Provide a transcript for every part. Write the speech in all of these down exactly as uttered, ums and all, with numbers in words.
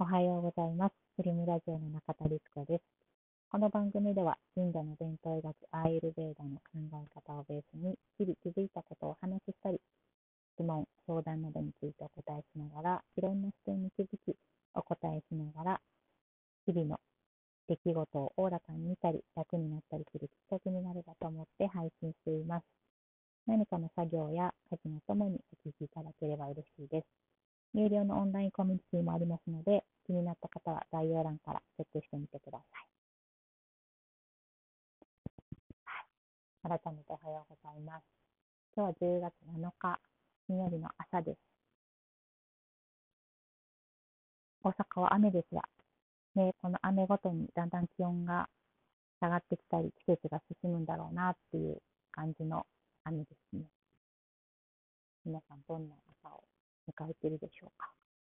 おはようございます。スリムラジオの中田律子です。この番組では、インドの伝統医学アーユルヴェーダの考え方をベースに、日々気づいたことをお話ししたり、質問、相談などについてお答えしながら、いろんな視点に気づき、お答えしながら、日々の出来事をおおらかに見たり、楽になったりするきっかけになればと思って配信しています。何かの作業や家事のともにお聞きいただければ嬉しいです。有料のオンラインコミュニティもありますので、気になった方は概要欄からチェックしてみてください。改めておはようございます。今日はじゅうがつなのか、金曜日の朝です。大阪は雨ですが、ね、この雨ごとにだんだん気温が下がってきたり、季節が進むんだろうなっていう感じの雨ですね。皆さん、どんな朝を迎えているでしょうか。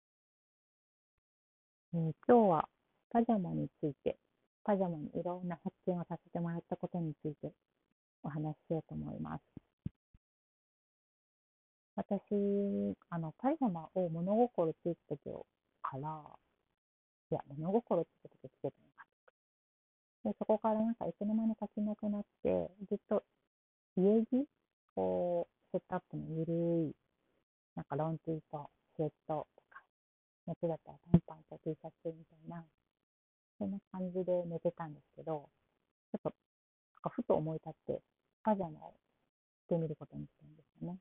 えー今日はパジャマについて、パジャマにいろんな発見をさせてもらったことについてお話ししようと思います。私、あの、パジャマを物心ついた時から、いや、物心ついた時つけてなかった。で、そこからなんかいつの間にか着なくなって、ずっと家着、こう、セットアップのゆるい、なんかロン T とスウェットとか、夏だったら短パンと T シャツみたいな、そんな感じで寝てたんですけど、ちょっと、なんかふと思い立って、パジャマを着てみることにしたんですよね。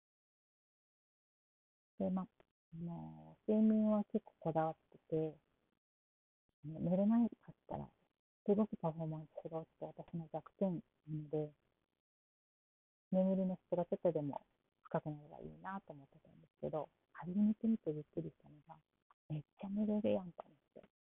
で、まあ、もう、睡眠は結構こだわってて、寝れなかったら、すごくパフォーマンスが落ちて私の弱点なので、眠りの質がちょっとでも深くなればいいなと思ってたんですけど、始めてみてびっくりしたのが、めっちゃ寝れるやんと思って。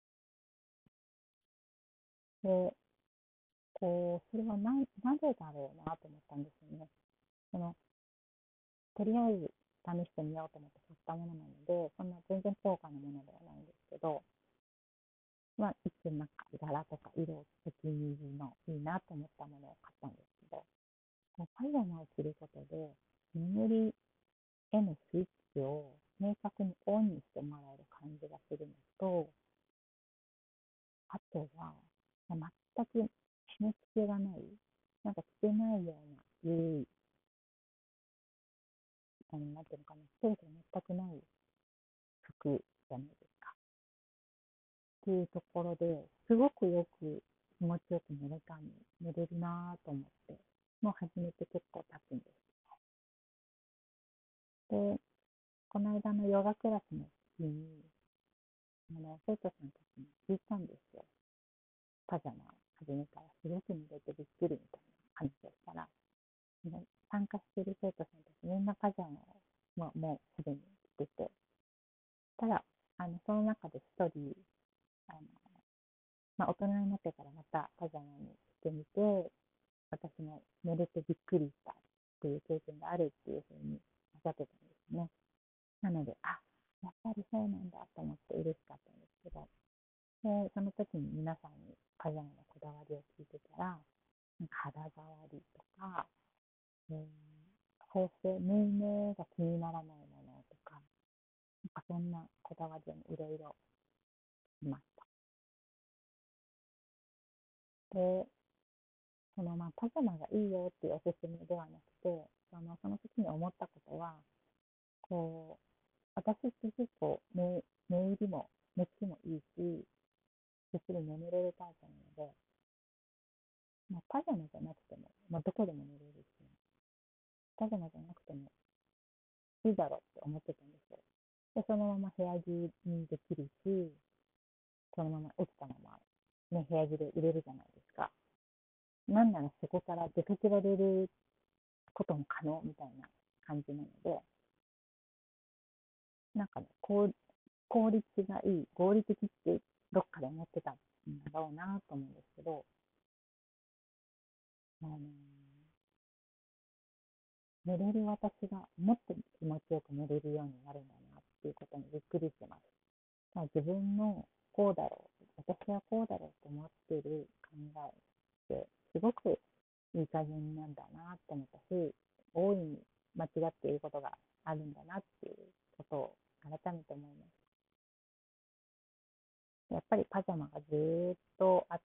で、こう、それはな、なぜだろうなと思ったんですよね。その、とりあえず試してみようと思って買ったものなので、そんな全然高価なものではないんですけど、まあ、いつなんか柄とか色、お気に入りのいいなと思ったものを買ったんですけど、こうパジャマを着ることで、眠りへのスイッチを明確にオンにしてもらえる感じがするのと、あとは、まあ全く締め付けがない、なんか着てないような、ゆるい、あの、なんていうのかな、ストレスが全くない服じゃないですか。っていうところで、すごくよく気持ちよく寝れたん、寝れるなぁと思って、もう始めて結構経つんです。で、この間のヨガクラスの日に、あの、生徒さんたちに聞いたんですよ。パジャマを始めたらすごく濡れてびっくりみたいな話をしたら、参加している生徒さんたちみんなパジャマをもうもうすでに着てて、ただ、あの、その中で一人、あの、まあ、大人になってからまたパジャマに着てみて、私も寝れてびっくりしたっていう経験があるっていうふうにおっしゃってたんですね。なので、あ、やっぱりそうなんだと思って嬉しかったんですけど、で、その時に皆さんにパジャマのこだわりを聞いてたら、なんか肌触りとか、えー、縫製、縫い目が気にならないものとか、なんかそんなこだわりをいろいろしました。で、そのまあパジャマがいいよっていうおすすめではなくて、そのその時に思ったことは、こう、私って結構寝、寝入りも寝つきもいいし、ぐっすり眠れるタイプなので、まあ、パジャマじゃなくても、まあ、どこでも寝れるし、パジャマじゃなくてもいいだろうって思ってたんですよ。で、そのまま部屋着にできるし、そのまま落ちたまま、ね、部屋着で入れるじゃないですか。なんならそこから出かけられることも可能みたいな感じなので、なんかね、効効率がいい、合理的ってどっかで思ってたんだろうなと思うんですけど、あのー寝れる私がもっと気持ちよく寝れるようになるんだなっていうことにびっくりしてます。まあ、自分のこうだろう、私はこうだろうと思っている考えってすごくいい加減なんだなって思ったし、大いに間違っていることがあるんだなっていうことを改めて思います。 ぱりパジャマがずーっとあって、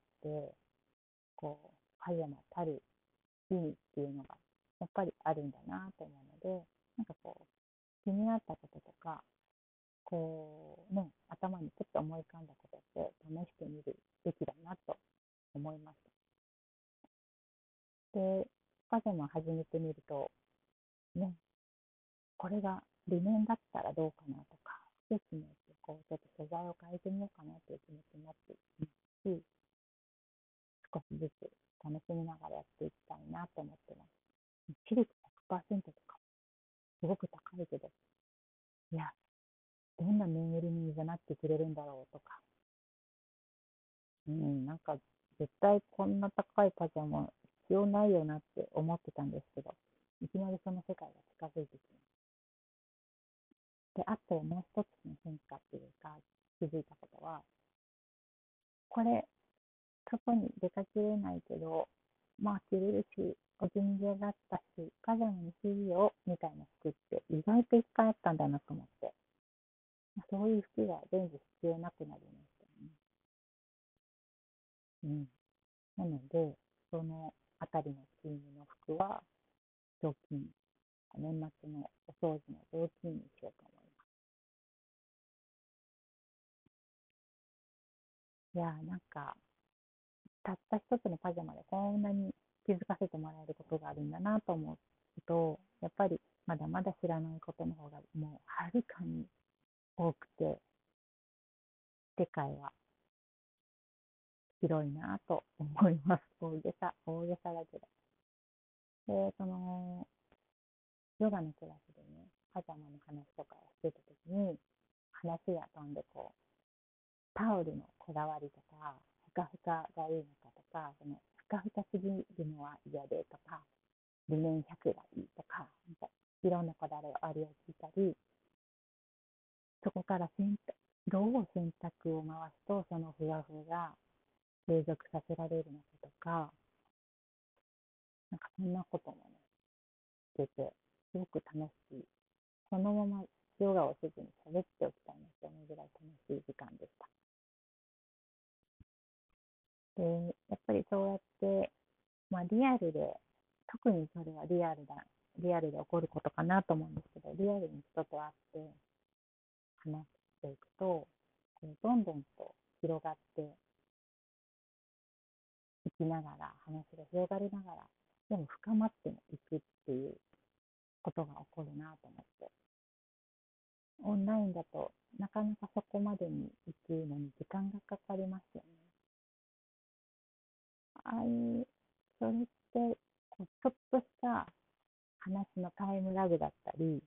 こう、パジャマたる意味っていうのが、やっぱりあるんだなと思うので、なんかこう、気になったこととか、こう、ね、頭にちょっと思い浮かんだことって試してみるべきだなと思いました。で、パジャマ始めてみると、ね、これが理念だったらどうかなとか、季節によってこう、ちょっと素材を変えてみようかなっていう気持ちになっていくし、少しずつ楽しみながらやっていきたいなと思ってます。シルクひゃくパーセントとか、すごく高いけど、いや、どんなぬいぐるみになってくれるんだろうとか、うん、なんか、絶対こんな高いパジャマ必要ないよなって思ってたんですけど、いきなりその世界が近づいてきます。で、あともう一つの変化っていうか、気づいたことは、これ、外に出かけれないけど、まあ着れるし、お気に入りだったし、パジャマにしようみたいな服って意外といっぱいあったんだなと思って、そういう服が全部必要なくなりましたね。うん。なので、そのあたりのチームの服は、雑巾、年末のお掃除の雑巾にしようと思います。いやーなんか、たった一つのパジャマでこんなに気づかせてもらえることがあるんだなと思うと、やっぱりまだまだ知らないことの方がもうはるかに多くて、世界は広いなと思います。大げさ、大げさだけど。で、その、ヨガのクラスでね、パジャマの話とかをしてたときに、話が飛んでこう、タオルのこだわりとか、ふかふかがいいのかとか、そのふかふかすぎるのは嫌でとか、理念ひゃくがいいとか、なんかいろんなこだわりを聞いたり、そこから選択、どう選択を回すと、そのふわふわが継続させられるのかとか、なんかそんなこともね、出て、すごく楽しい。このままヨガをせずに喋っておきたいなって思うぐらい楽しい時間でした。で、やっぱりそうやって、まあリアルで、特にそれはリアルだ、リアルで起こることかなと思うんですけど、リアルに人と会って話していくと、どんどんと広がっていきながら、話が広がりながら、でも深まってもいくっていうことが起こるなと思って。オンラインだとなかなかそこまでに行くのに時間がかかりますよね。ああいう、それって、こうちょっとした話のタイムラグだったり、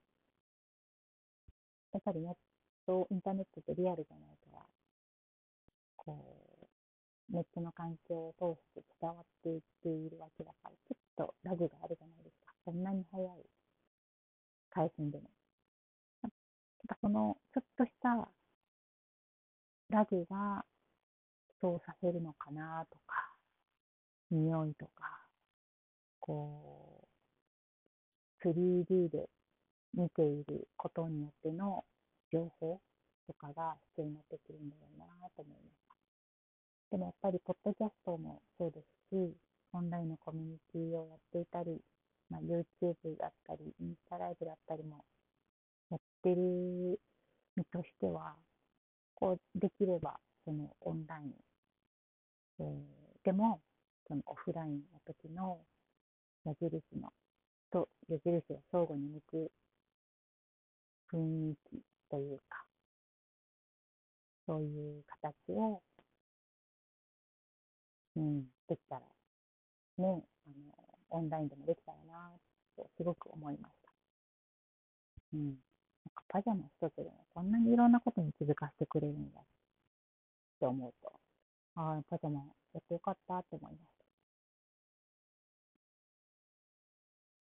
やっぱりネット、インターネットってリアルじゃないから、こう、ネットの環境を通して伝わっていっているわけだから、ちょっとラグがあるじゃないですか。そんなに早い回線でも。やっぱその、ちょっとしたラグがそうさせるのかなとか、匂いとか、こう、スリーディー で見ていることによっての情報とかが必要になってくるんだろうなと思います。でもやっぱり、ポッドキャストもそうですし、オンラインのコミュニティをやっていたり、まあ、YouTube だったり、インスタライブだったりもやってる身としては、こう、できれば、そのオンライン、えーでも、そのオフラインの時の矢印の、と矢印が相互に向く雰囲気というか、そういう形を、うん、できたら、ね、あの、オンラインでもできたらなってすごく思いました。うん。なんかパジャマ一つでもこんなにいろんなことに気づかせてくれるんだって思うと、ああ、パジャマやってよかったって思いました。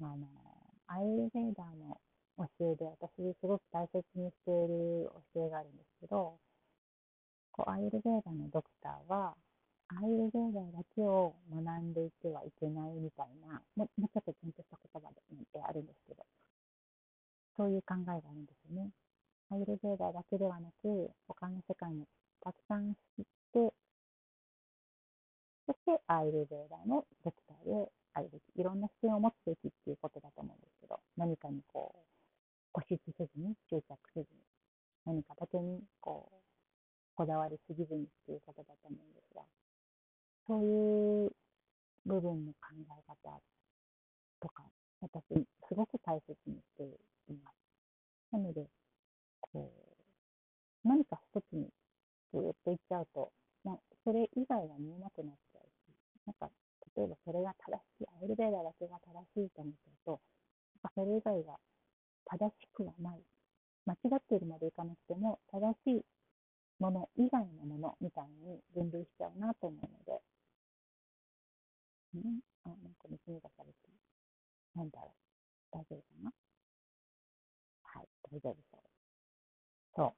あの、アイルベーダーの教えで私すごく大切にしている教えがあるんですけど、こうアイルベーダーのドクターは、アイルベーダーだけを学んでいてはいけないみたいな、ももうちょっとちゃんとした言葉で、ね、あるんですけど、そういう考えがあるんですよね。アイルベーダーだけではなく、他の世界もたくさんで、そしてアイルベーダーのドクターであるべき、いろんな視点を持つべきっていうことだと思うんですけど、何かにこう、固執せずに、執着せずに、何かだけにこう、こだわりすぎずにっていうことだと思うんですが、そういう部分の考え方とか、私、すごく大切にしています。なので、こう、何か一つにずっといっちゃうと、まあ、それ以外が見えなくなっちゃうし、なんか、例えばそれが正しい、アイルベーダーだけが正しいと思っちゃうと、なんかそれ以外が正しくはない。間違っているまでいかなくても、正しいもの以外のものみたいに分類しちゃうなと思うので、うん、あ、なんか娘がされて、なんだろう、大丈夫かな。はい、大丈夫そう。そう、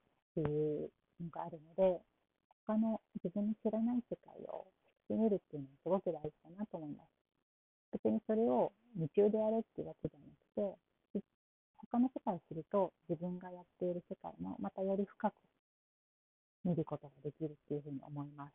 っていうのがあるので、他の自分の知らない世界を知ってみるっていうのはすごく大事だなと思います。別にそれを夢中でやるっていうわけじゃなくて、他の世界を知ると自分がやっている世界もまたより深く見ることができるっていうふうに思います。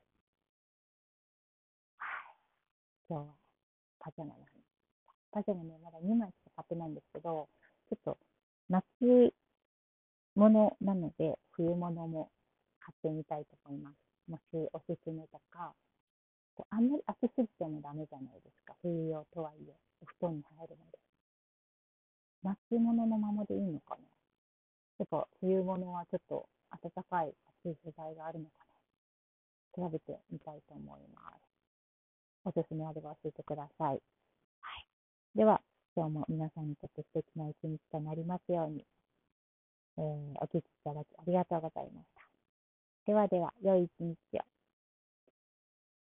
はい、今日はパジャマの話。パジャマね、まだにまいしか買ってないんですけど、ちょっと夏物なので冬物も買ってみたいと思います。もしおすすめとか、あんまり暑すぎてもダメじゃないですか。冬用とはいえ、お布団に入るので。夏物のままでいいのかな。やっぱ冬物はちょっと暖かい暑い素材があるのかな。調べてみたいと思います。おすすめあれば教えてください。はい。では、今日も皆さんにとって素敵な一日となりますように、えーお聞きいただきありがとうございました。ではでは、良い一日を。